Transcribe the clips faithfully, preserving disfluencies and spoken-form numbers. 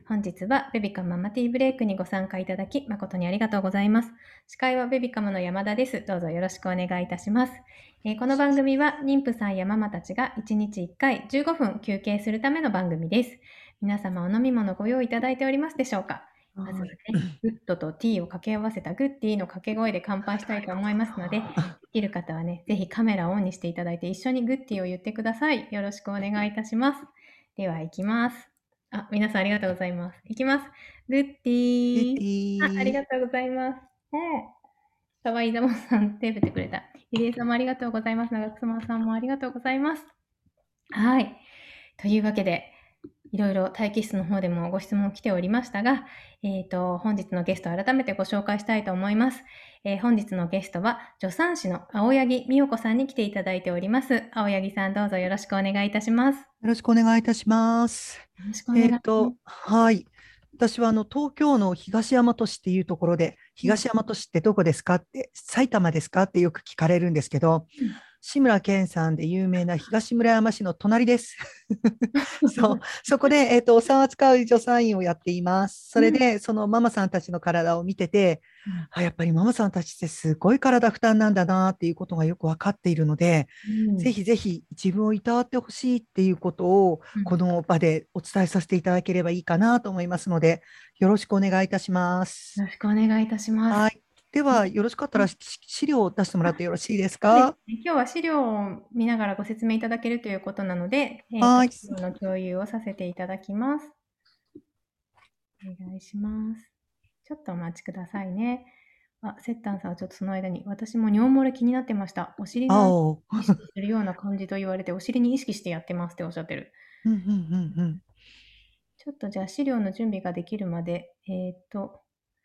本日はベビカムママティーブレイクにご参加いただき誠にありがとうございます。司会はベビカムの山田です。どうぞよろしくお願いいたします。えーこの番組は妊婦さんやママたちがいちにちいっかいじゅうごふん休憩するための番組です。皆様お飲み物ご用意いただいておりますでしょうか？まずははい。 ね、グッドとティーを掛け合わせたグッディーの掛け声で乾杯したいと思いますので、できる方はね、ぜひカメラをオンにしていただいて一緒にグッディーを言ってください。よろしくお願いいたします。では行きます。あ、皆さんありがとうございます。いきます。グッデグッディー。あ、ありィー。 がとうございます。ねえ。かわいいだもんさん、手振ってくれた。ゆりえさんもありがとうございます。長妻さんもありがとうございます。はい。というわけで、いろいろ待機室の方でもご質問来ておりましたが、えっ、と、本日のゲストを改めてご紹介したいと思います。えー本日のゲストは、助産師の青柳美代子さんに来ていただいております。青柳さん、どうぞよろしくお願いいたします。よよろしくお願いいたします。 ろしくお願いします。 えっと、はい。私はあの東京の東大和市っていうところで、 うん、 東大和市ってどこですかって、埼玉ですかってよく聞かれるんですけど、 うん。 志村けんさんで有名な東村山市の隣です。そう、そこで、えっと、お産を扱う助産院をやっています。そうん。 れで、そのママさんたちの体を見てて、 うん。 あ、やっぱりママさんたちってすごい体負担なんだなっていうことがよく分かっているので、 うん。 ぜひぜひ自分をいたわってほしいっていうことをうん。 この場でお伝えさせていただければいいかなと思いますので、よろしくお願いいたします。 よろしくお願いいたします。 はい。では、よろしかったうん。 らし資料を出してもらってよろしいですか？ そうですね。今日は資料を見ながらご説明いただけるということなので、えっと、 はい。 資料の共有をさせていただきます。お願いします。ちょっとお待ちくださいね。あ、セッタンさんはちょっとその間に、私も尿漏れ気になってました。お尻の青。 意識するような感じと言われて、お尻に意識してやってますっておっしゃってる。 うんうんうんうん。 ちょっとじゃあ資料の準備ができるまで、えっと、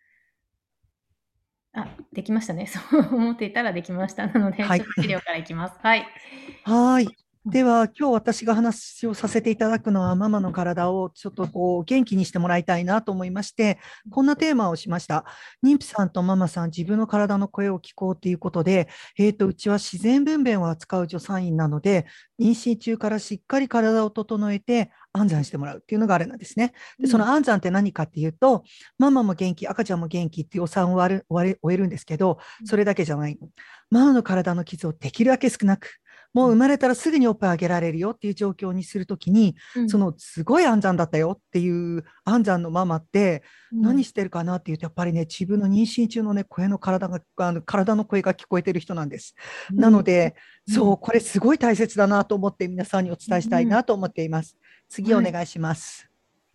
あ、できましたね。そう思っていたらできました。なので、 はい。 ちょっと資料からいきます。はい。 はい。 うん。 では、今日私が話をさせていただくのは、ママの体をちょっとこう元気にしてもらいたいなと思いまして、こんなテーマをしました。妊婦さんとママさん、自分の体の声を聞こうということで、えーと、うちは自然分娩を扱う助産院なので、妊娠中からしっかり体を整えて安産してもらうっていうのがあれなんですね。で、そうん。 の安産って何かっていうと、ママも元気、赤ちゃんも元気っていうお産を終わる終われ終えるんですけど、それだけじゃない。ママの体の傷をできるだけ少なく、もう生まれたらすぐにおっぱいあげられるよっていう状況にするときに、 うん。 そのすごい安産だったよっていう安産のママってうん。 何してるかなっていうと、やっぱりね、自分の妊娠中のね、声の体が、あの体の声が聞こえてる人なんです。 うん。 なので、 うん。 そう、これすごい大切だなと思って皆さんにお伝えしたいうん。 なと思っています。次おはい。 願いします。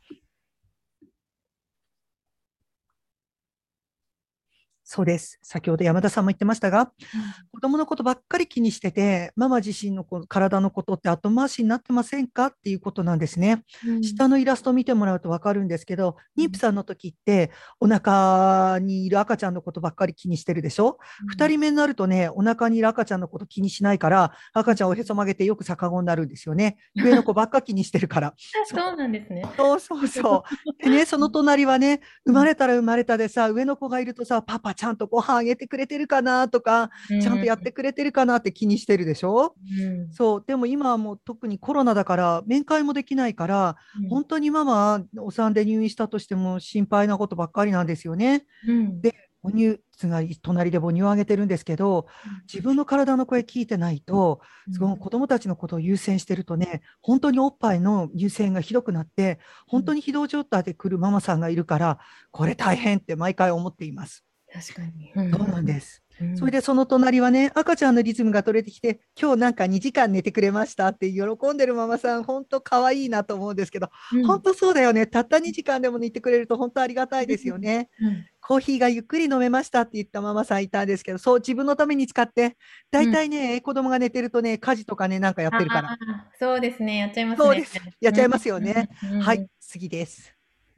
そうです。先ほど山田さんも言ってましたが、 うん。 子供のことばっかり気にしてて、ママ自身のこの体のことって後回しになってませんかっていうことなんですね。 うん。 下のイラスト見てもらうと分かるんですけど、 うん。 妊婦さんの時ってお腹にいる赤ちゃんのことばっかり気にしてるでしょ。二うん。 人目になるとね、お腹にいる赤ちゃんのこと気にしないから、赤ちゃんおへそ曲げてよく逆子になるんですよね。上の子ばっか気にしてるから。そうそうなんですね。 そうそうそう。でね、その隣はね、生うん。 まれたら生まれたでさ、上の子がいるとさ、パパちゃんとご飯あげてくれてるかなとか、 うん。 ちゃんとやってくれてるかなって気にしてるでしょ。 うん。 そう、でも今はもう特にコロナだから面会もできないから、 うん。 本当にママお産で入院したとしても心配なことばっかりなんですよね。 うん。 で、母乳、つまり隣で母乳をあげてるんですけど、自分の体の声聞いてないと、 うん。 その子供たちのことを優先してるとね、本当におっぱいの優先がひどくなって、 うん。 本当に非道状態で来るママさんがいるから、これ大変って毎回思っています。 確かに。うそうん。 なんです。 うん。 それでその隣はね、赤ちゃんのリズムが取れてきて、今日なんかにじかん寝てくれましたって喜んでるママさん、本当可愛いなと思うんですけど、 うん。 本当そうだよね。たったにじかんでも寝てくれると本当ありがたいですよね。 うん。 コーヒーがゆっくり飲めましたって言ったママさんいたんですけど、そう、自分のために使って、だいうん。 たいね、子供が寝てるとね、家事とかね、なんかやっあてるから。 あ、そうですね。やっちゃいますね。 そうです。やっうん。 ちゃいますよね。 うん。 はい、 うん。 次です。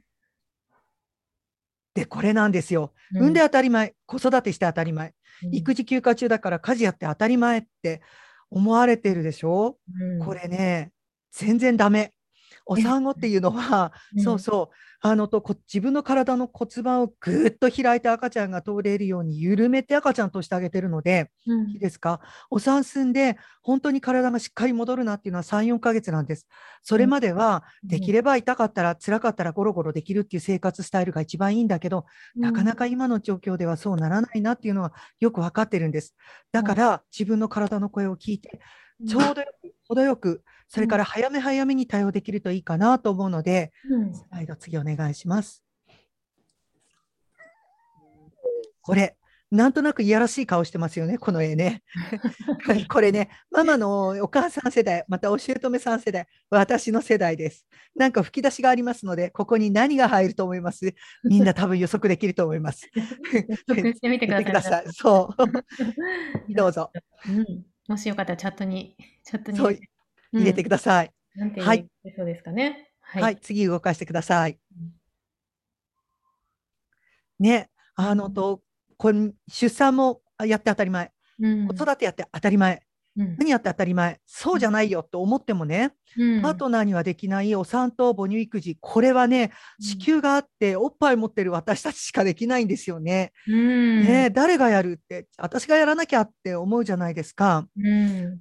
で、これなんですよ。産んでうん。 当たり前、子育てして当たり前、 うん。 育児休暇中だから家事やって当たり前って思われてるでしょ。 うん。 これね、全然ダメ。 おです。 産後っていうのは、 うん。 そうそう、あのとこ自分の体の骨盤をぐっと開いて赤ちゃんが通れるように緩めて赤ちゃんとしてあげてるので、 うん。 いいですか？お産進んで本当に体がしっかり戻るなっていうのはさん、よんかげつなんです。それうん。 まではでうん。 きれば痛かったら辛かったらゴロゴロできるっていう生活スタイルが一番いいんだけど、なかうん。 なか今の状況ではそうならないなっていうのはよく分かってるんです。だはい。 から自分の体の声を聞いて、 うん。 ちょうどよく、程よく、それうん。 から早め早めに対応できるといいかなと思うので、 うん。 スライド次お願いします。これ、なんとなくいやらしい顔してますよね、この絵ね。これね、ママのお母さん世代、またお姑さん世代、私の世代です。なんか吹き出しがありますので、ここに何が入ると思います？みんな多分予測できると思います。 予測してみてくやっださい、 てください。 皆さん。 そう。 いや、 どうぞ。 うん。もしよかったらチャットにチャットにそう、 入れて。う入れてん。 ください。 なんてはい。 言えそうですかね。はい。 はい。次動かしてください。 うん。 ね。 うん。 あのと、これ出産もやって当たり前。子うん。 育てやって当たり前。 うん。 何やって当たり前。そうじゃないよと思ってもね、 うパーん。 トナーにはできないお産と母乳育児、これはね、子うん。 宮があっておっぱい持ってる私たちしかできないんですよね。 うん。 ね、誰がやるって、私がやらなきゃって思うじゃないですか。 うん。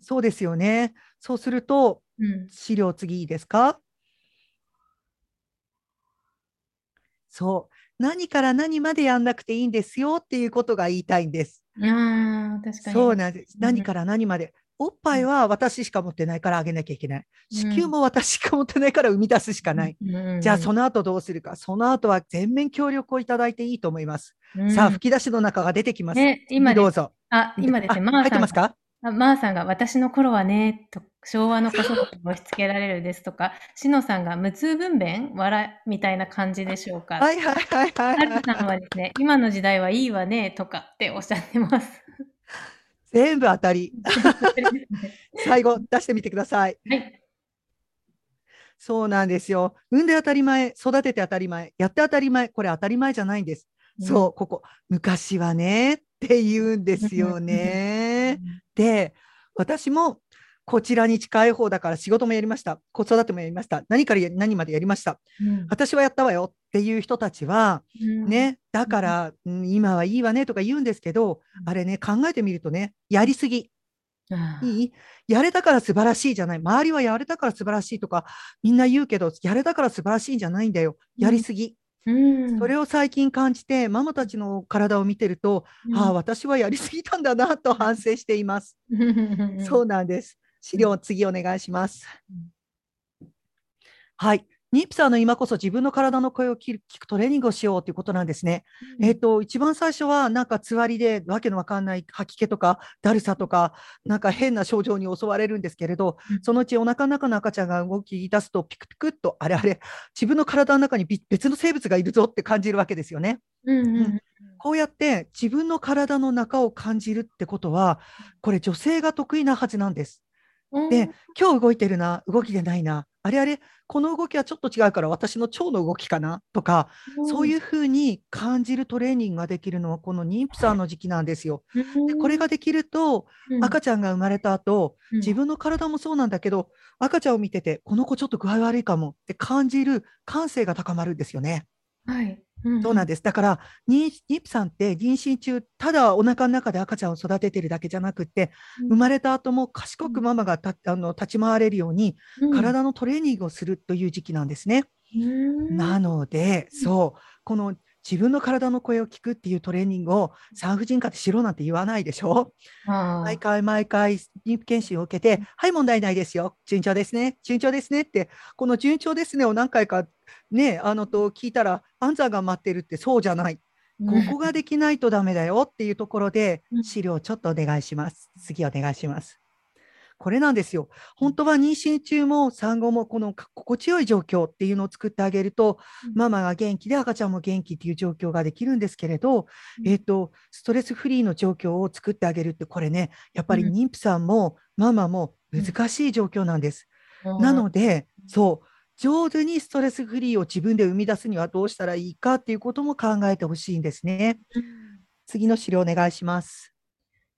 そうですよね。そうすると、 うん。 資料次いいですか？そう。何から何までやんなくていいんですよっていうことが言いたいんです。 ああ、確かに。 そうなんです。 うん。 何から何まで。おっぱいは私しか持ってないからあげなきゃいけない。子宮うん。 も私しか持ってないから生み出すしかない。 うん。 じゃあうん。 その後どうするか。その後は全面協力をいただいていいと思います。さあ、 うん。 吹き出しの中が出てきます。 ね、今です。 次どうぞ。 あ、今ですね、 あ、 まーさんが、 入ってますか？ あ、まーさんが私の頃はね、と昭和の子育てを押し付けられるですとか、しのさんが無痛分娩笑みたいな感じでしょうか。 はいはいはいはいはるさんはい。 はですね、今の時代はいいわねとかっておっしゃってます。 全部当たり。 全部当たりですね。 最後出してみてください。 はい。 そうなんですよ。産んで当たり前、育てて当たり前、やって当たり前、これ当たり前じゃないんです。 うん。 そう、ここ、昔はねって言うんでうん。 すようん。 ね。で、私もこちらに近い方だから仕事もやりました。子育てもやりました。何から何までやりました。 うん。 私はやったわよっていう人たちは、 うん。 ね、だうん。 から、うん、今はいいわねとか言うんですけど、あれね、考えてみるとね、やりすぎ。いあいやれたから素晴らしいじゃない。周りはやれたから素晴らしいとか、みんな言うけど、やれたから素晴らしいんじゃないんだよ。やりー、 すぎ。 うん。うん。 それを最近感じて、ママたちの体を見てると、ああ、 うん。 私はやりすぎたんだなと反省しています。 うん。うん。 そうなんです。資うん。 料次お願いします。はい。ニップさんの今こそ自分の体の声を聞くトレーニングをしようということなんですね。 うん。 えっと、一番最初は、なんかつわりで、わけのわかんない吐き気とか、だるさとか、なんか変な症状に襲われるんですけれど、 うん。 そのうちお腹の中の赤ちゃんが動き出すと、ピクピクっと、あれあれ、自分の体の中に別の生物がいるぞって感じるわけですよね。 うん。 うん、 うん。 こうやって自分の体の中を感じるってことは、これ女性が得意なはずなんです。で、 うん。 今日動いてるな、動きでないな、あれあれ、この動きはちょっと違うから私の腸の動きかなとか、そういうふうに感じるトレーニングができるのはこの妊婦さんの時期なんですよ。 うで、これん。 ができると、 うん。 赤ちゃんが生まれた後、 うん。 自分の体もそうなんだけど、赤ちゃんを見てて、この子ちょっと具合悪いかもって感じる感性が高まるんですよね。 はい。うん。うん。 そうなんです。だから、妊妊婦さんって妊娠中、ただお腹の中で赤ちゃんを育ててるだけじゃなくって、 うん。 生まれた後も賢くうん。 ママがたあの立ち回れるように、 うん。 体のトレーニングをするという時期なんですね。 うーん。 なので、そう、この自分の体の声を聞くっていうトレーニングを産婦人科でしろなんて言わないでしょ。毎ああ。 回毎回妊婦検診を受けて、はい、問題ないですよ。順調ですね。順調ですねって、この順調ですねを何回かね、あのと聞いたら、安産が待ってるってそうじゃない。 うん。 ここができないとダメだよっていうところで、 うん。 資料ちょっとお願いします。次お願いします。これなんですよ。本当は妊娠中も産後もこの心地よい状況っていうのを作ってあげると、 うん。 ママが元気で赤ちゃんも元気っていう状況ができるんですけれど、 うん。 えっと、ストレスフリーの状況を作ってあげるって、これね、やっぱりうん。 妊婦さんもママもうん。 難しい状況なんです。なああ。 ので、そう、上手にストレスフリーを自分で生み出すにはどうしたらいいかっていうことも考えてほしいんですね。 うん。 次の資料お願いします。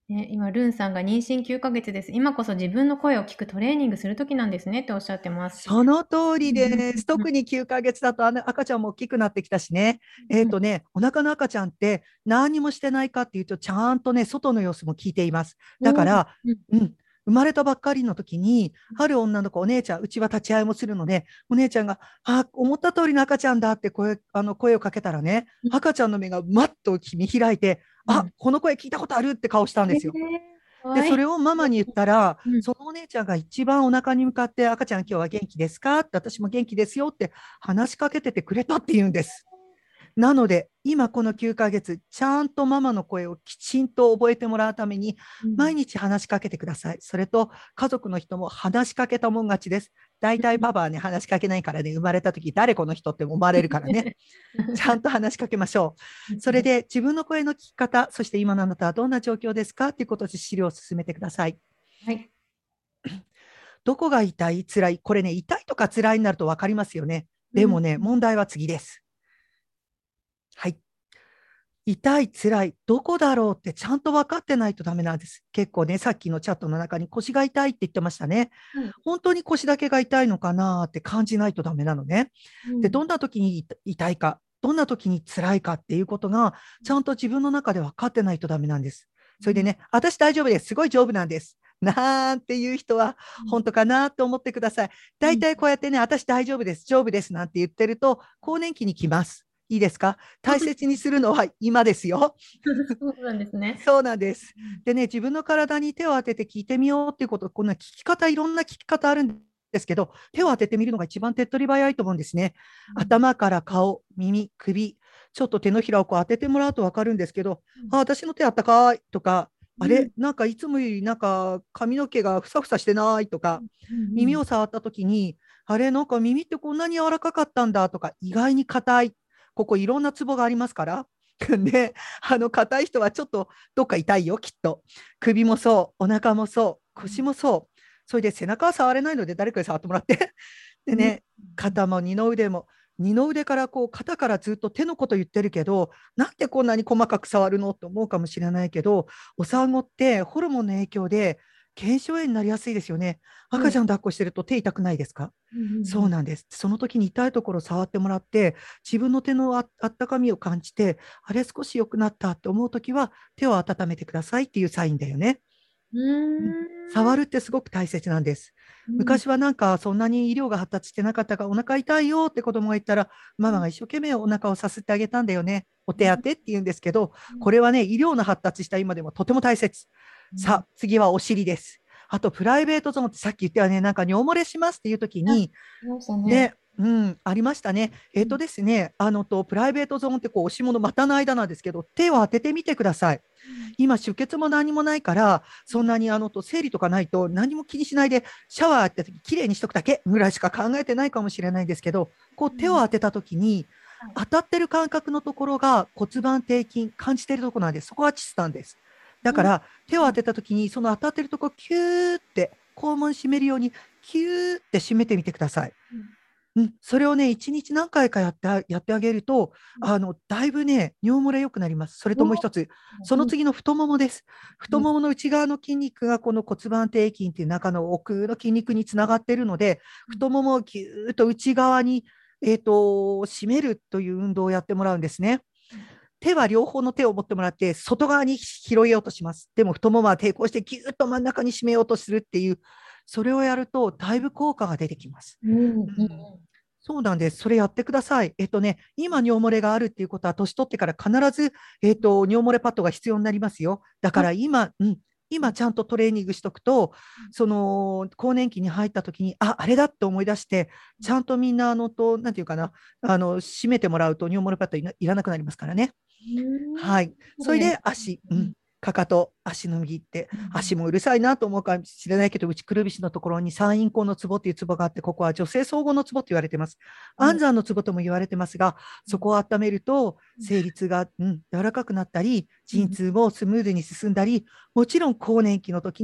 ね、今、ルンさんが妊娠きゅうかげつです。今こそ自分の声を聞くトレーニングするときなんですねっておっしゃってます。 その通りうんうんです。特にきゅうかげつだとあの赤ちゃんも大きくなってきたしね。えっ、 うんとね、お腹の赤ちゃんって何もしてないかっていうと、ちゃんとね、外の様子も聞いています。だかうんら、 うんうん、生まれたばっかりの時に、ある女の子、お姉ちゃん、うちは立ち会いもするので、お姉ちゃんが、あ、思った通りの赤ちゃんだって声、あの声をかけたらね、 うん赤ちゃんの目がマッと見開いて、あ、 うんこの声聞いたことあるって顔したんえー、 ですよ。で、 かわいい。 それをママに言ったら、 うんそのお姉ちゃんが一番お腹に向かって、赤ちゃん今日は元気ですかって、私も元気ですよって話しかけててくれたって言うんです。なので、今このきゅうかげつ、ちゃんとママの声をきちんと覚えてもらうために、 うん毎日話しかけてください。それと、家族の人も話しかけたもん勝ちです。大体パパはね、話しかけないからね、生まれた時誰この人って思われるからね。ちゃんと話しかけましょう。それで自分の声の聞き方、そして今のあなたはどんな状況ですかということで資料を進めてください。 はい。 どこが痛い、辛い、これね、痛いとか辛いになると分かりますよね。 うんでもね、問題は次です。はい。痛い、辛い、どこだろうってちゃんと分かってないとダメなんです。結構ね、さっきのチャットの中に腰が痛いって言ってましたね。 はい。 本当に腰だけが痛いのかなって感じないとダメなのね。で、 うんどんな時に痛いか、どんな時に辛いかっていうことが、ちゃんと自分の中で分かってないとダメなんです。それでね、私大丈夫です。すごい丈夫なんです。なんていう人は本当かなと思ってください。大うん体こうやってね、私大丈夫です、丈夫ですなんて言ってると、更年期に来ます。いいですか？大切にするのは今ですよ。 そうなんですね。 そうなんです。でね、自分の体に手を当てて聞いてみようっていうこと、こんな聞き方、いろんな聞き方あるんですけど、手を当ててみるのが一番手っ取り早いと思うんですね。頭から顔、耳、首、ちょっと手のひらをこう当ててもらうと分かるんですけど、あ、私の手あったかいとか、あうんれ、なんかいつもよりなんか髪の毛がふさふさしてないとか、耳を触った時に、あれ、なんか耳ってこんなに柔らかかったんだとか、意外に硬い。ここいろんなツボがありますから。で、あの硬い人はちょっとどっか痛いよ、きっと。首もそう、お腹もそう、腰もそう。それで背中は触れないので誰かに触ってもらって。でうんね、肩も二の腕も、二の腕からこう肩からずっと手のこと言ってるけど、なんでこんなに細かく触るのって思うかもしれないけど、お産後ってホルモンの影響で腱鞘炎になりやすいですよね。 はい。 赤ちゃん抱っこしてると手痛くないですか？ うんうんうん。 そうなんです。その時に痛いところを触ってもらって、自分の手のああったかみを感じて、あれ少し良くなったと思う時は、手を温めてくださいっていうサインだよね。 ううん、 ーん。 触るってすごく大切なんです。 うん。 昔はなんかそんなに医療が発達してなかったからお腹痛いよって子供が言ったらママが一生懸命お腹をさすってあげたんだよね。お手当てって言うんですけど、これはね、医療の発達した今でもとても大切。さあ、次はお尻です。あと、プライベートゾーンってさっき言ったよね、なんか尿漏れしますっていう時あ、 に、 いましたね。 ね、うん、ありましたね。えっ、とですね、あのと、プライベートゾーンってこう、おしもの股の間なんですけど、手を当ててみてください。今、出血も何もないから、そんなにあのと生理とかないと何も気にしないで、シャワーって時きれいにしとくだけぐらいしか考えてないかもしれないんですけど、こう手を当てた時に、当たってる感覚のところが骨盤底筋、感じてるところなんです。そこはチスタンです。だから、手を当てた時に、その当たってるところ、キューって、肛門締めるように、キューって締めてみてください。うん、それをね、いちにち何回かやってあやってあげると、あの、だいぶね、尿漏れ良くなります。それともう一つ、その次の太ももです。太ももの内側の筋肉がこの骨盤底筋っていう中の奥の筋肉につながっているので、太ももをぎゅーっと内側に、えーと、締めるという運動をやってもらうんですね。手は両方の手を持ってもらって、外側に広げようとします。でも太ももは抵抗してぎゅーっと真ん中に締めようとするっていう、それをやるとだいぶ効果が出てきます。 うんうんうん。 うん、そうなんです。それやってください。えっとね、今尿漏れがあるっていうことは、年取ってから必ず、えっと、尿漏れパッドが必要になりますよ。だかあ、 ら今、うん、今ちゃんとトレーニングしとくと、その更年期に入った時に、あ、あれだって思い出して、ちゃんとみんなあのと、なんていうかな、あの、締めてもらうと尿漏れパッドいないらなくなりますからね。 うーん。 はい。それこれ、 で足、うん。かかと、足の右って、 うん足もうるさいなと思うかもしれないけど、内くるぶしのところに三陰交のツボっていうツボがあって、ここは女性総合のツボって言われてます。安産のツボとも言われてますが、そこを温めると、生理痛が、うん、柔らかくなったり、陣痛もスムーズに進んだり、もちろん更年期の時に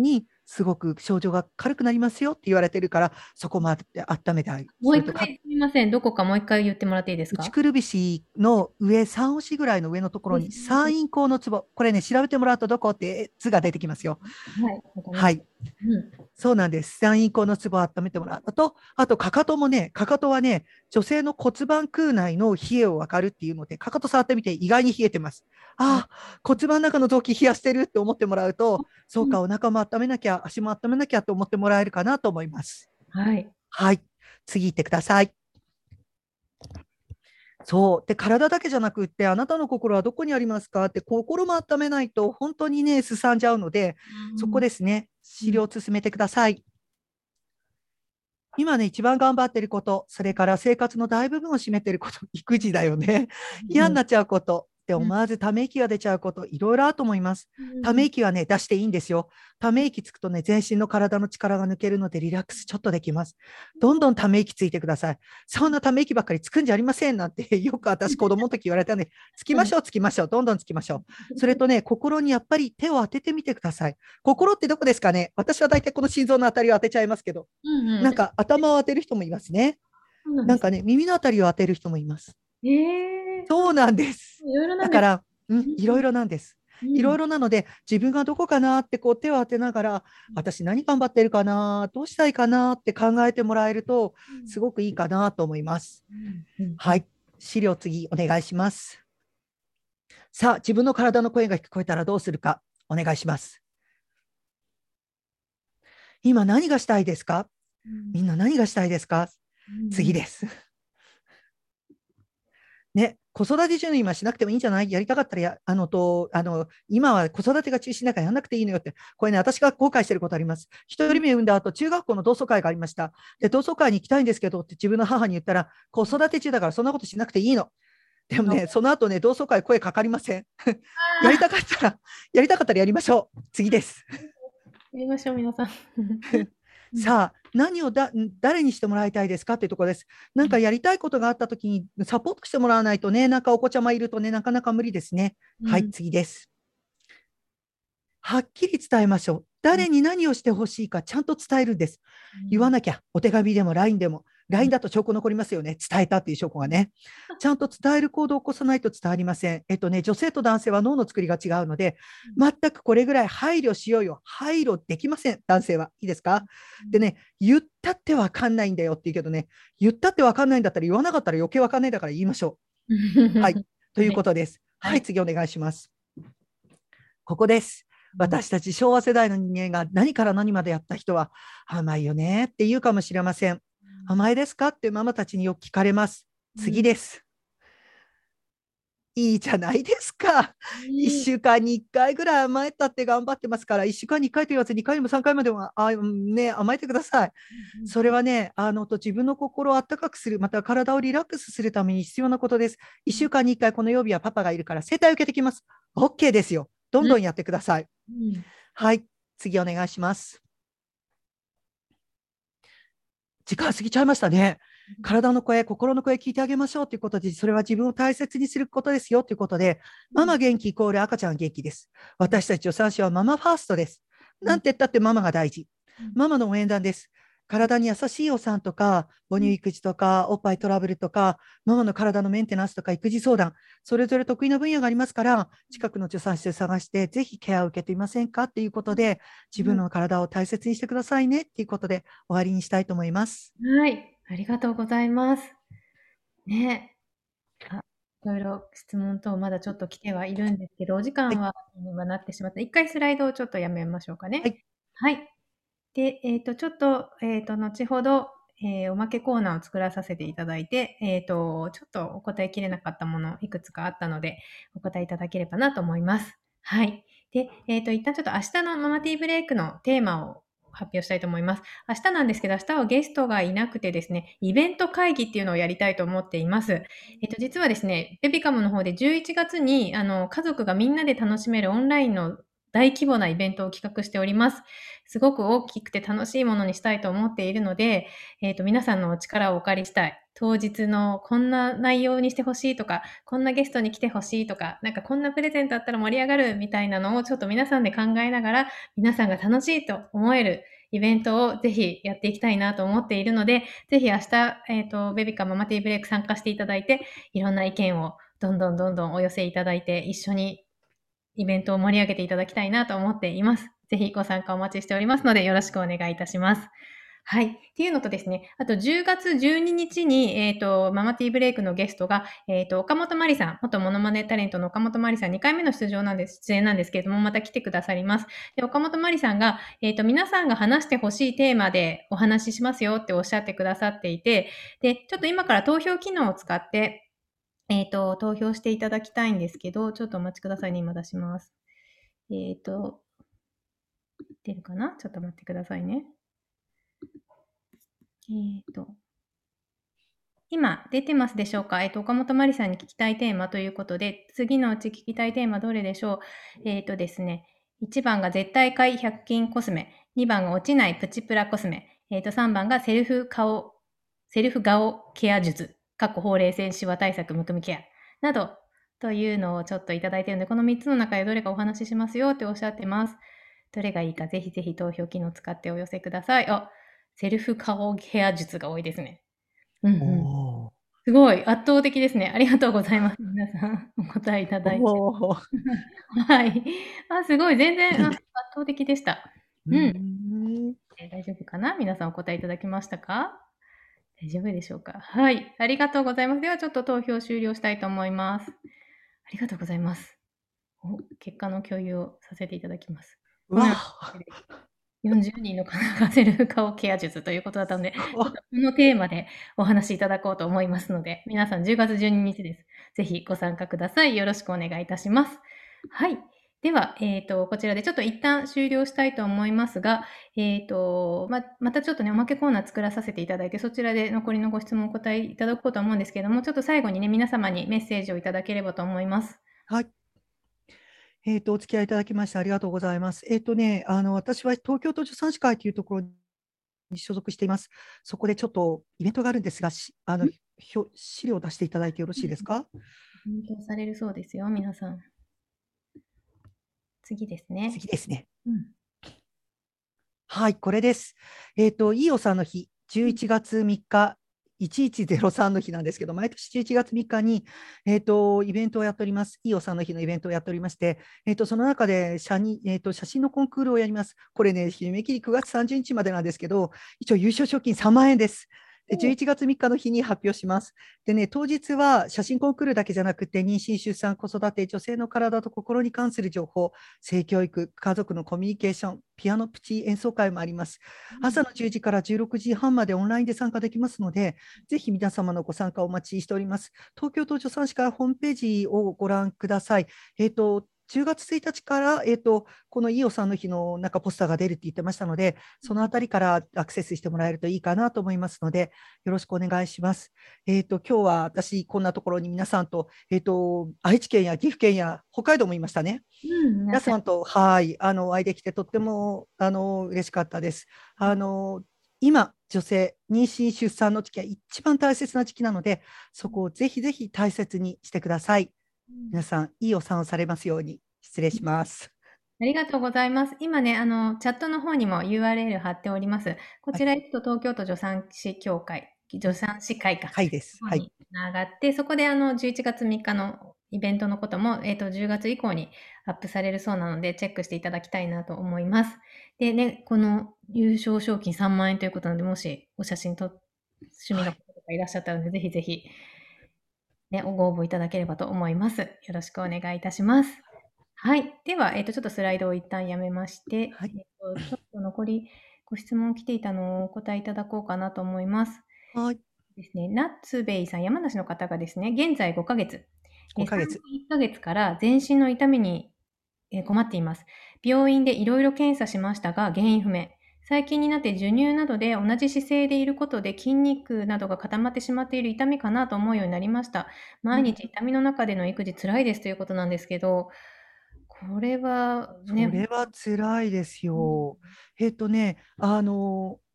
すごく症状が軽くなりますよって言われてるから、そこまで温めてあげる。それとか、 もう一回すみません。どこかもう一回言ってもらっていいですか？ 内くるぶしの上さん押しぐらいの上のところに三陰交のツボ。これね、調べてもらうとどこって図が出てきますよ。 はい、わかりました。 はい。 うん。 そうなんです。三陰交のツボを温めてもらうのと、あと、かかともね、かかとはね、女性の骨盤腔内の冷えを分かるっていうので、かかと触ってみて意外に冷えてます。 はい。 ああ、骨盤の中の臓器冷やしてるって思ってもらうと、そうん。 うか、お腹も温めなきゃ、足も温めなきゃって思ってもらえるかなと思います。 はい。 はい。次行ってください。そう。で、体だけじゃなくって、あなたの心はどこにありますかって、心も温めないと本当にね、すさんじゃうので、そこうん。 ですね。 うん。 資料を進めてください。今ね、一番頑張ってること、それから生活の大部分を占めてること、育児だよね。嫌になっちゃうこと、でうん。 思わずため息が出ちゃうこと、いろいろあると思います。 うためん。 息はね、出していいんですよ。ため息つくとね、全身の体の力が抜けるので、リラックスちょっとできます。どんどんため息ついてください。そんなため息ばっかりつくんじゃありませんなんて、よく私、子供の時言われたんで、つきましょう、つきましょう、どんどんつきましょう。それとね、心にやっぱり手を当ててみてください。心ってどこですかね？私は大体この心臓のあたりを当てちゃいますけど、 うんうん。 なんか頭を当てる人もいますね。 そうなんです。 なんかね、耳のあたりを当てる人もいます。 ええ、そう、 そうなんです。 いろいろなんです。 だから、うん、いろいうんろなんです。 うん。 いろいうん。 ろなので、自分がどこかなってこう手を当てながら、私何頑張ってるかな、どうしたいかなって考えてもらえると、 うん。 すごくいいかなと思います。 うんうんうん。 はい。資料次お願いします。さあ、自分の体の声が聞こえたらどうするか、お願いします。今何がしたいですか？ うん。 みんな何がしたいですか？ うんうん。 次です。ね、子育て中に今しなくてもいいんじゃない？やりたかったらや、あのと、あの、今は子育てが中心だからやんなくていいのよって、これね、私が後悔してることあります。一人目産んだ後、中学校の同窓会がありました。で、同窓会に行きたいんですけどって自分の母に言ったら、子育て中だからそんなことしなくていいの。でもね、その後ね、同窓会声かかりません。やりああ、 たかったら、やりたかったらやりましょう。次です。 やりましょう、皆さん。うん。 さあ、何をだ誰にしてもらいたいですかっていうところです。なんかやりたいことがあったときにサポートしてもらわないとね、なんかお子ちゃまいるとね、なかなか無理ですね。はい、 うん。 次です。はっきり伝えましょう。 うん。 誰に何をしてほしいかちゃんと伝えるんです。 うん。 言わなきゃ、お手紙でも ライン でも。ライン だと証拠残りますよね。伝えたっていう証拠がね。ちゃんと伝える行動を起こさないと伝わりません。えっとね、女性と男性は脳の作りが違うので、全くこれぐらい配慮しようよ。配慮できません。男性は。いいですか？でね、言ったってわかんないんだよって言うけどね、言ったってわかんないんだったら言わなかったら余計わかんないんだから言いましょう。はい。というはい。 ことです。はい、 はい。 次お願いします。ここです。 うん。 私たち昭和世代の人間が何から何までやった人は甘いよねって言うかもしれません。甘いですかってママたちによく聞かれます。 うん。 次です。いいじゃないですか。1 いい。 週間にいっかいぐらい甘えたって頑張ってますから、いっしゅうかんにいっかいと言わずにかいもさんかいまではあ、ね、甘えてください。それはね、あのと自分の心を温かくする、また体をリラックスするために必要なことです。いっしゅうかんにいっかいこの曜日はパパがいるから整体受けてきます。OK ですよ。どんうん。 どんやってください。 うん。 はい、次お願いします。時間過ぎちゃいましたね。体の声、心の声聞いてあげましょうということで、それは自分を大切にすることですよということで、ママ元気イコール赤ちゃん元気です。私たち助産師はママファーストです。 うん。 なんて言ったってママが大事。 うん。 ママの応援団です。体に優しいお産とか、母うん。 乳育児とか、おっぱいトラブルとか、ママの体のメンテナンスとか、育児相談、それぞれ得意な分野がありますから、近くの助産師で探して、ぜひケアを受けていませんかっていうことで、自分の体を大切にしてくださいねっていうことで終わりにしたいと思います。 はい、ありがとうございます。ね。あ、いろいろ質問等まだちょっと来てはいるんですけど、お時はい。 間は、はなってしまった。一回スライドをちょっとやめましょうかね。 はい。 はい。で、えっと、ちょっと、えっと、後ほど、えーおまけコーナーを作らさせていただいて、えっと、ちょっとお答えきれなかったもの、いくつかあったので、お答えいただければなと思います。はい。で、えっと、一旦ちょっと明日のママティーブレイクのテーマを発表したいと思います。明日なんですけど、明日はゲストがいなくてですね、イベント会議っていうのをやりたいと思っています。えっと、実はですね、ベビカムの方でじゅういちがつに、あの、家族がみんなで楽しめるオンラインの大規模なイベントを企画しております。すごく大きくて楽しいものにしたいと思っているので、えっと、皆さんのお力をお借りしたい当日のこんな内容にしてほしいとか、こんなゲストに来てほしいとか、なんかこんなプレゼントあったら盛り上がるみたいなのをちょっと皆さんで考えながら、皆さんが楽しいと思えるイベントをぜひやっていきたいなと思っているので、ぜひ明日、えっと、ベビカママティーブレイク参加していただいて、いろんな意見をどんどんどんどんお寄せいただいて、一緒にイベントを盛り上げていただきたいなと思っています。ぜひご参加お待ちしておりますので、よろしくお願いいたします。はい。っていうのとですね、あとじゅうがつじゅうににちに、えっ、と、ママティーブレイクのゲストが、えっ、と、岡本まりさん、元モノマネタレントの岡本まりさん、にかいめの出場なんです、出演なんですけれども、また来てくださります。で、岡本まりさんが、えっ、と、皆さんが話してほしいテーマでお話ししますよっておっしゃってくださっていて、で、ちょっと今から投票機能を使って、えっ、と、投票していただきたいんですけど、ちょっとお待ちくださいね、今出します。えっ、と、出るかな？ちょっと待ってくださいね。えっ、と、今出てますでしょうか？えっ、と、岡本まりさんに聞きたいテーマということで、次のうち聞きたいテーマどれでしょう？えっ、とですね、いちばんが絶対買いひゃく均コスメ、にばんが落ちないプチプラコスメ、えっ、と、さんばんがセルフ顔、セルフ顔ケア術、かっこほうれい線シワ対策むくみケアなどというのをちょっといただいているので、このみっつの中でどれかお話ししますよっておっしゃってます。どれがいいかぜひぜひ投票機能使ってお寄せください。あ、セルフ顔ケア術が多いですね。うんうん。 おー。 すごい圧倒的ですね。ありがとうございます。皆さんお答えいただいて。 おー。 はい。あ、すごい。全然、あ、圧倒的でした。 ううん。 ん。 えー大丈夫かな？皆さんお答えいただけましたか？大丈夫でしょうか？はい。ありがとうございます。ではちょっと投票終了したいと思います。ありがとうございます。お、結果の共有をさせていただきます。 うわこのようによんじゅうにんの方がセルフ顔ケア術ということだったので、ちょっとこのテーマでお話しいただこうと思いますので、皆さんじゅうがつじゅうににちです。ぜひご参加ください。よろしくお願いいたします。はい。では、えっ、と、こちらでちょっと一旦終了したいと思いますが、えっ、と、ま、またちょっとね、おまけコーナー作らさせていただいて、そちらで残りのご質問をお答えいただこうと思うんですけれども、ちょっと最後にね、皆様にメッセージをいただければと思います。 はい。えっと、お付き合いいただきましてありがとうございます。えっとね、あの、私は東京都助産師会というところに所属しています。そこでちょっとイベントがあるんですが、しあの、 んひょ資料を出していただいてよろしいですか？ 勉強されるそうですよ、皆さん。次ですね。 次ですね。 うん。 はい、これです。えっと、いいおさんの日、じゅういちがつみっか、いちいちゼロさんの日なんですけど、毎年じゅういちがつみっかに、えっと、イベントをやっております。いいおさんの日のイベントをやっておりまして、えっと、その中で写に、えっと、写真のコンクールをやります。これね、締め切りくがつさんじゅうにちまでなんですけど、一応優勝賞金さんまんえんです。でじゅういちがつみっかの日に発表します。でね、当日は写真コンクールだけじゃなくて、妊娠、出産、子育て、女性の体と心に関する情報、性教育、家族のコミュニケーション、ピアノプチ演奏会もあります。朝のじゅうじからじゅうろくじはんまでオンラインで参加できますので、ぜひ皆様のご参加をお待ちしております。東京都助産師会ホームページをご覧ください。えっ、と、じゅうがつついたちから、えーと、このいいおさんの日のなんかポスターが出るって言ってましたので、そのあたりからアクセスしてもらえるといいかなと思いますので、よろしくお願いします。えっ、と、今日は私、こんなところに皆さんと、えっ、と、愛知県や岐阜県や北海道もいましたね。 うん、いらっしゃる。 皆さんと、はい、あの、お会いできてとっても、あの、嬉しかったです。あの、今、女性、妊娠、出産の時期は一番大切な時期なので、そこをぜひぜひ大切にしてください。皆さん、いいお産をされますように。失礼します。 ありがとうございます。今ね、あの、チャットの方にも ユーアールエル 貼っております。こはい、 ちら行くと東京都助産師協会、助産師会か、 はいです。はい。 の方に繋がって、そこであの、じゅういちがつみっかのイベントのことも、えっと、じゅうがつ以降にアップされるそうなので、チェックしていただきたいなと思います。でね、この優勝賞金さんまんえんということなので、もしお写真と趣味はい。 の方とかいらっしゃったので、ぜひぜひ、ね、ご応募いただければと思います。よろしくお願いいたします。はい。では、えっと、ちょっとスライドを一旦やめまして、 はい。 えっと、ちょっと残りご質問来ていたのをお答えいただこうかなと思います。 はい。 ですね、ナッツベイさん、山梨の方がですね、現在ごかげつ、えー、 5ヶ月。 産後いっかげつから全身の痛みにえー困っています。病院でいろいろ検査しましたが、原因不明。最近になって授乳などで同じ姿勢でいることで筋肉などが固まってしまっている痛みかなと思うようになりました。毎日痛みの中での育児辛いですということなんですけど、これはね、 それは辛いですうん、 よ。えっとね、あの、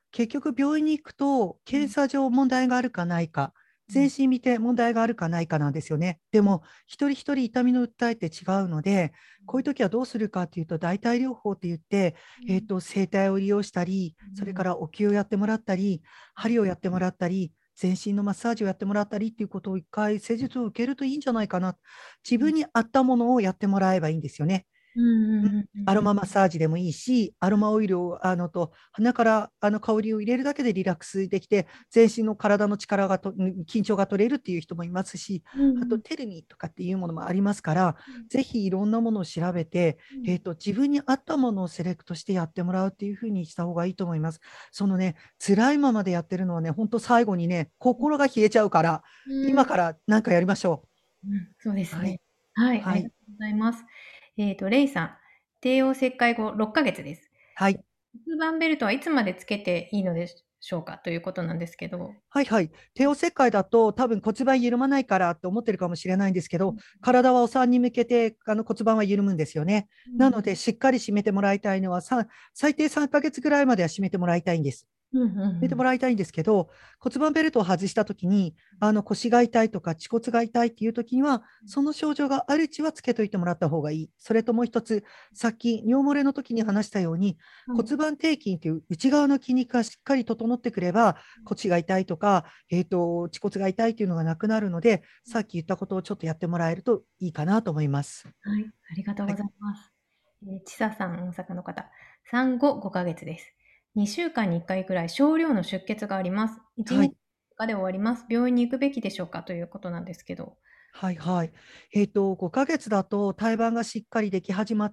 結局病院に行くと、 うん、 検査上問題があるかないか、 うん、 全身見て問題があるかないかなんですよね。でも、一人一人痛みの訴えって違うので、こういう時はどうするかっていうと、代替療法って言って、 うん、 えっと、整体を利用したり、それからお灸をやってもらったり、針をやってもらったり、全身のマッサージをやってもらったりっていうことを一回施術を受けるといいんじゃないかな。自分に合ったものをやってもらえばいいんですよね。 うん、うん、うん、うん、 アロママッサージでもいいし、アロマオイルをあのと鼻からあの香りを入れるだけでリラックスできて、全身の体の力がと緊張が取れるっていう人もいますし、あとテルミとかっていうものもありますから、ぜひいろんなものを調べて、えーと、自分に合ったものをセレクトしてやってもらうっていうふうにした方がいいと思います。そのね、辛いままでやってるのはね、本当最後にね、心が冷えちゃうから、 うん、 今から何かやりましょうん、そうでう。はい。 すね。はい、あはい。 りがとうございます。えっと、レイさん、帝王切開後ろっかげつです。 はい。 骨盤ベルトはいつまでつけていいのでしょうかということなんですけど。 はいはい。帝王切開だと多分骨盤緩まないからって思ってるかもしれないんですけど、体はお産に向けてあの骨盤は緩むんですよね。 うん、 なので、しっかり締めてもらいたいのはさ最低さんかげつぐらいまでは締めてもらいたいんです。 うん、うん、 めてもらいたいんですけど、骨盤ベルトを外したときに、あの腰が痛いとか、恥骨が痛いっていうときには、その症状があるうちはつけといてもらった方がいい。それともう一つ、さっき尿漏れの時に話したように、 うん、はい。 骨盤底筋っていう内側の筋肉がしっかり整ってくれば、腰が痛いとか、えーと、恥骨が痛いっていうのがなくなるので、さっき言ったことをちょっとやってもらえるといいかなと思います。 はい、ありがとうはい。 ございます。えー、ちささん、大阪の方。産後ごかげつです。にしゅうかんにいっかいくらい少量の出血があります。1日はい。 かで終わります。病院に行くべきでしょうかということなんですけど。 はいはい。えっと、ごかげつだと胎盤がしっかりでき始まって、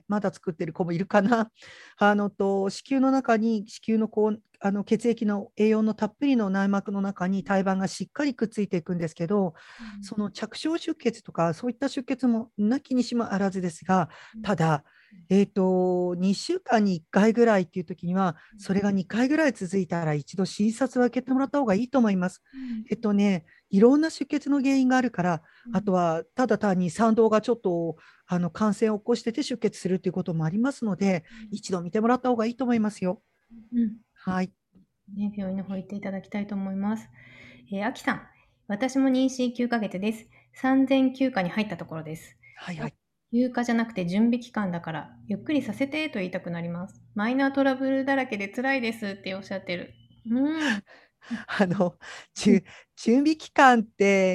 まだ作ってる子もいるかな。あのと、子宮の中に、子宮のこう、あの血液の栄養のたっぷりの内膜の中に胎盤がしっかりくっついていくんですけど、 うん、 その着床出血とか、そういった出血もなきにしもあらずですが、 うん、 ただ、えっと、にしゅうかんにいっかいぐらいっていう時には、それがにかいぐらい続いたら、一度診察を受けてもらった方がいいと思います。 うん、 えっとね、いろんな出血の原因があるから、 うん、 あとはただ単に産道がちょっとあの感染を起こしてて出血するということもありますので、一度見てもらった方がいいと思いますよ。 うん、 はい。 ね、病院の方行っていただきたいと思います。えー、あきさん、私も妊娠きゅうかげつです。産前休暇に入ったところです。 はいはい。 休暇じゃなくて準備期間だから、ゆっくりさせてと言いたくなります。マイナートラブルだらけで辛いですっておっしゃってる。うん。 あの、準準備期間って、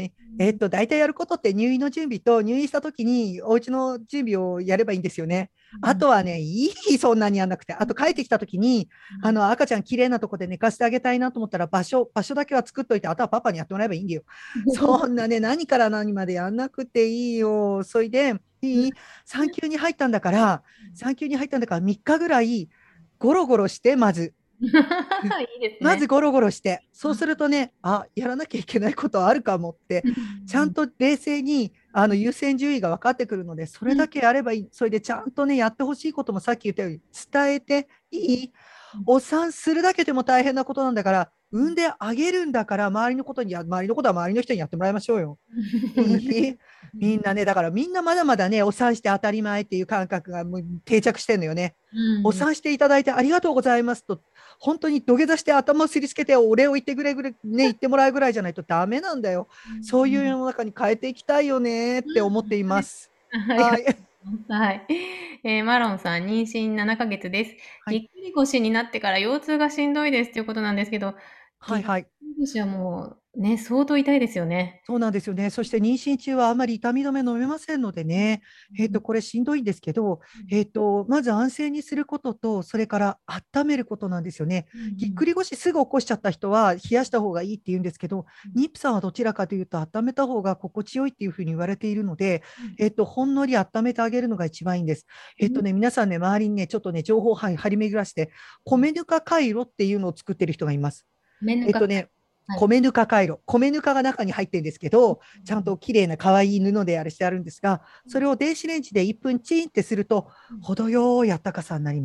えっと、大体やることって入院の準備と入院した時にお家の準備をやればいいんですよね。あとはね、いい、そんなにやんなくて。あと帰ってきた時に、あの、赤ちゃんきれいなとこで寝かせてあげたいなと思ったら場所、場所だけは作っといて、あとはパパにやってもらえばいいんだよ。そんなね、何から何までやんなくていいよ。それで、いい産休に入ったんだから、産休に入ったんだからみっかぐらいゴロゴロして、まず。 いいですね。 まずゴロゴロして、そうするとね、あ、やらなきゃいけないことあるかもって、ちゃんと冷静にあの優先順位が分かってくるので、それだけやればいい。それでちゃんとね、やってほしいこともさっき言ったように伝えていい。お産するだけでも大変なことなんだから、産んであげるんだから、周りのことにや、周りのことは周りの人にやってもらいましょうよ。いいみんなね、だからみんなまだまだね、お産して当たり前っていう感覚がもう定着してるのよね。お産していただいてありがとうございますと、本当に土下座して頭をすりつけてお礼を言ってくれぐれ、ね、言ってもらうぐらいじゃないとダメなんだよ。そういう世の中に変えていきたいよねって思っています。 ありがとはい。 うございます。はい。えーマロンさん、妊娠ななかげつです。 はい。 ぎっくり腰になってから腰痛がしんどいですということなんですけど、ぎっくはいはい。 り腰はもうね、相当痛いですよね。 そうなんですよね。そして妊娠中はあまり痛み止め飲めませんのでね、えっと、これしんどいんですけど、えっと、まず安静にすることと、それから温めることなんですよね。ぎっくり腰すぐ起こしちゃった人は冷やした方がいいって言うんですけど、妊婦さんはどちらかというと温めた方が心地よいっていうふうに言われているので、えっと、ほんのり温めてあげるのが一番いいんです。えっとね、皆さんね、周りにね、ちょっとね、情報を張り巡らして、米ぬか回路っていうのを作ってる人がいます。 めぬか、 えっとね、 はい。 米ぬか回路、米ぬかが中に入ってるんですけど、ちゃんと綺麗な可愛い布であれしてあるんですが、それを電子レンジでいっぷんチンってすると、程よいあったかさになります。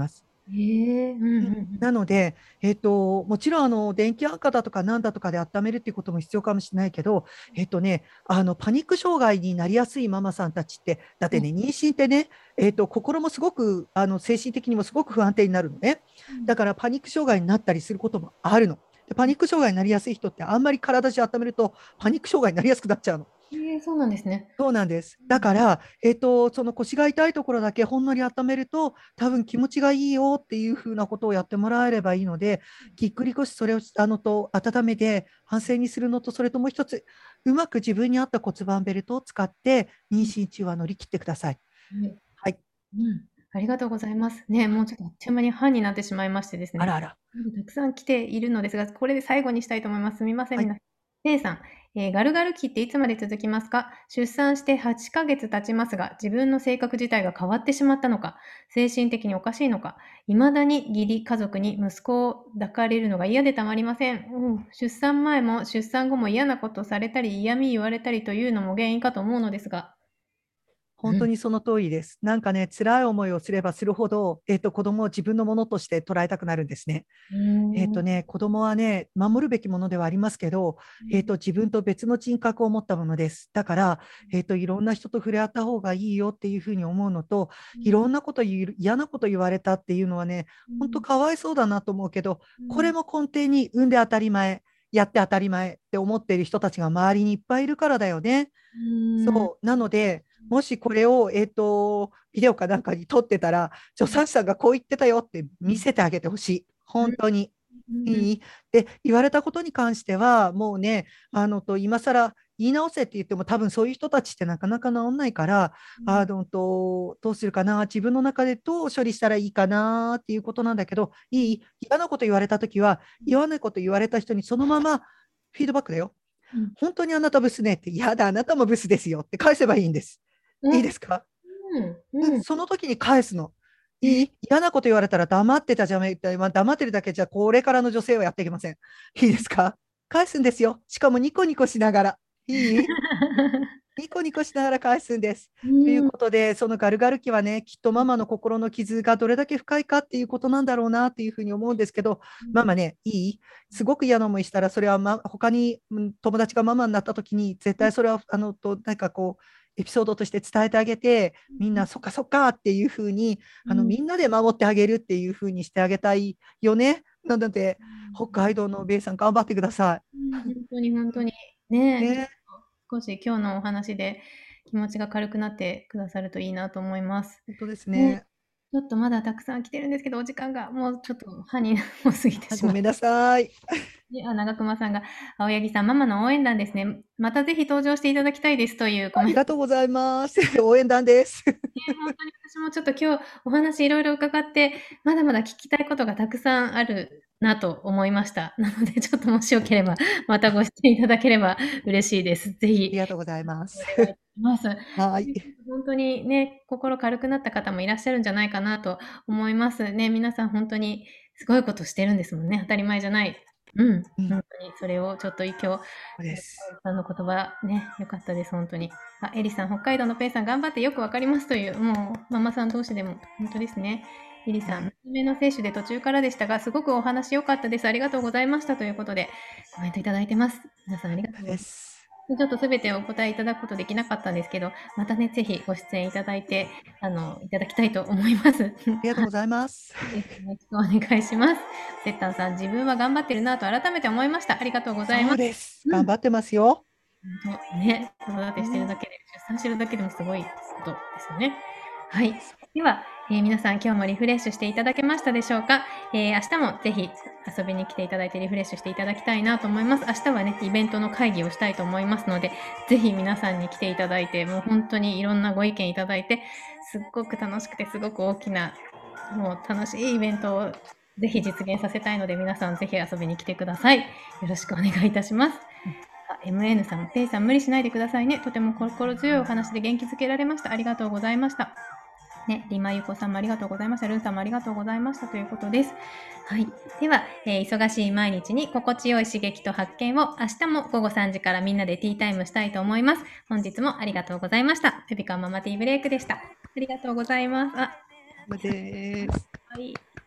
ええ、うんうんううんん。 なので、えっと、もちろんあの電気安価だとかなんだとかで温めるっていうことも必要かもしれないけど、えっとね、あのパニック障害になりやすいママさんたちって、だってね、妊娠ってね、えっと、心もすごくあの精神的にもすごく不安定になるのね。だからパニック障害になったりすることもあるの。でパニック障害になりやすい人ってあんまり体中温めるとパニック障害になりやすくなっちゃうの。 ええ、そうなんですね。 そうなんです。 うん。 だから、えっと、その腰が痛いところだけほんのり温めると、多分気持ちがいいよっていうふうなことをやってもらえればいいので、ぎっくり腰それをあのと温めて安静にするのと、それともう一つ、うまく自分に合った骨盤ベルトを使って妊娠中は乗り切ってください。 はい。 はい。 うん。ありがとうございます。ね、もうちょっとあっという間に半になってしまいましてですね。 あらあら。 まだたくさん来ているのですが、これで最後にしたいと思います。すみません、 はい。 みなレイさん、えーガルガル期っていつまで続きますか？出産してはちかげつ経ちますが、自分の性格自体が変わってしまったのか、精神的におかしいのか、未だに義理家族に息子を抱かれるのが嫌でたまりません。うん、出産前も出産後も嫌なことされたり、嫌味言われたりというのも原因かと思うのですが。うん。 本当にその通りです。なんかね、辛い思いをすればするほど、えっと、子供を自分のものとして捉えたくなるんですね。 うーん。 えっとね、子供はね、守るべきものではありますけど、えっと、自分と別の人格を持ったものです。だから、えっと、いろんな人と触れ合った方がいいよっていうふうに思うのと、いろんなこと言う、嫌なこと言われたっていうのはね、本当かわいそうだなと思うけど、これも根底に産んで当たり前、やって当たり前って思っている人たちが周りにいっぱいいるからだよね。そう。なので、もしこれを、えっと、ビデオかなんかに撮ってたら、助産師さんがこう言ってたよって見せてあげてほしい。本当に。いいで、言われたことに関しては、もうね、あのと今更言い直せって言っても、多分そういう人たちってなかなか治んないから、あのとどうするかな、自分の中でどう処理したらいいかなっていうことなんだけど、いい嫌なこと言われたときは、嫌なこと言われた人にそのままフィードバックだよ。本当にあなたブスねって、いやだ、あなたもブスですよって返せばいいんです。いいですか？うん、その時に返すの。いい嫌なこと言われたら黙ってたじゃめ、まあ、黙ってるだけじゃこれからの女性はやっていけません。いいですか？返すんですよ。しかもニコニコしながら。いいニコニコしながら返すんです。ということで、そのガルガル期はね、きっとママの心の傷がどれだけ深いかっていうことなんだろうなっていうふうに思うんですけど、ママね、いいすごく嫌な思いしたら、それは、ま、他に、うん、友達がママになった時に、絶対それは、あの、と、なんかこう、エピソードとして伝えてあげて、みんな、そっかそっかっていうふうに、あの、みんなで守ってあげるっていうふうにしてあげたいよね。なので、北海道のベイさん、頑張ってくださうん、本当に本当に。 い。 ね、ちょっね、 と少し今日のお話で気持ちが軽くなってくださるといいなと思います。 本当ですね、 ね。 ちょっとまだたくさん来てるんですけど、お時間がもうちょっと歯にも過ぎてあ、 しまって。 ごめんなさい。 で、あ、長熊さんが、青柳さん、ママの応援団ですね。またぜひ登場していただきたいですというコありメント。 がとうございます。応援団です。 本当に私もちょっと今日お話いろいろ伺って、まだまだ聞きたいことがたくさんあるなと思いました。なのでちょっともしよければ、またご出演いただければ嬉しいです。ぜひありがとうございます。 お願いします。 はい。 本当にね、心軽くなった方もいらっしゃるんじゃないかなと思います。ね、皆さん本当にすごいことしてるんですもんね。当たり前じゃない。うん、 うん、 本当にそれをちょっと今日、 そうです。 さんの言葉ね、良かったです、本当に。あ、エリさん、北海道のペイさん頑張ってよくわかりますという、もうママさん同士でも本当ですね。エリさん、 はい。 娘の接種で途中からでしたが、すごくお話良かったです。ありがとうございましたということで、コメントいただいてます。皆さんありがとうございます。 です。 ちょっとすべてお答えいただくことできなかったんですけど、またね、ぜひご出演いただいて、あの、いただきたいと思います。 ありがとうございます。 よろしくお願いします。せったんさん、自分は頑張ってるなと改めて思いました。ありがとうございそうます。 です。 うん。 頑張ってますよ。 本当ね、子育てしてるね。 だけで、出産してるだけでもすごいことですよね。はい。では、えー皆さん今日もリフレッシュしていただけましたでしょうか？えー明日もぜひ遊びに来ていただいてリフレッシュしていただきたいなと思います。明日はね、イベントの会議をしたいと思いますので、ぜひ皆さんに来ていただいて、もう本当にいろんなご意見いただいて、すっごく楽しくてすごく大きな、もう楽しいイベントをぜひ実現させたいので、皆さんぜひ遊びに来てください。よろしくお願いいたします。あ エムエヌ さん、ペイさん無理しないでくださいね。とても心強いお話で元気づけられました。ありがとうございました。ね、リマユコさんもありがとうございました。ルーさんもありがとうございましたということです。はい。では、えー忙しい毎日に心地よい刺激と発見を明日も午後さんじからみんなでティータイムしたいと思います。本日もありがとうございました。ペピカンママティーブレイクでした。ありがとうございます。あ、 です。 はい。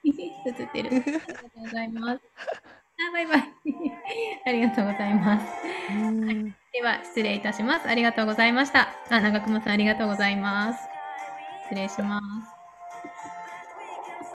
映ってる。ありがとうございます。あ、バイバイ。ありがとうございます。はい。では、失礼いたします。ありがとうございました。あ、長熊さんありがとうございます。失礼します。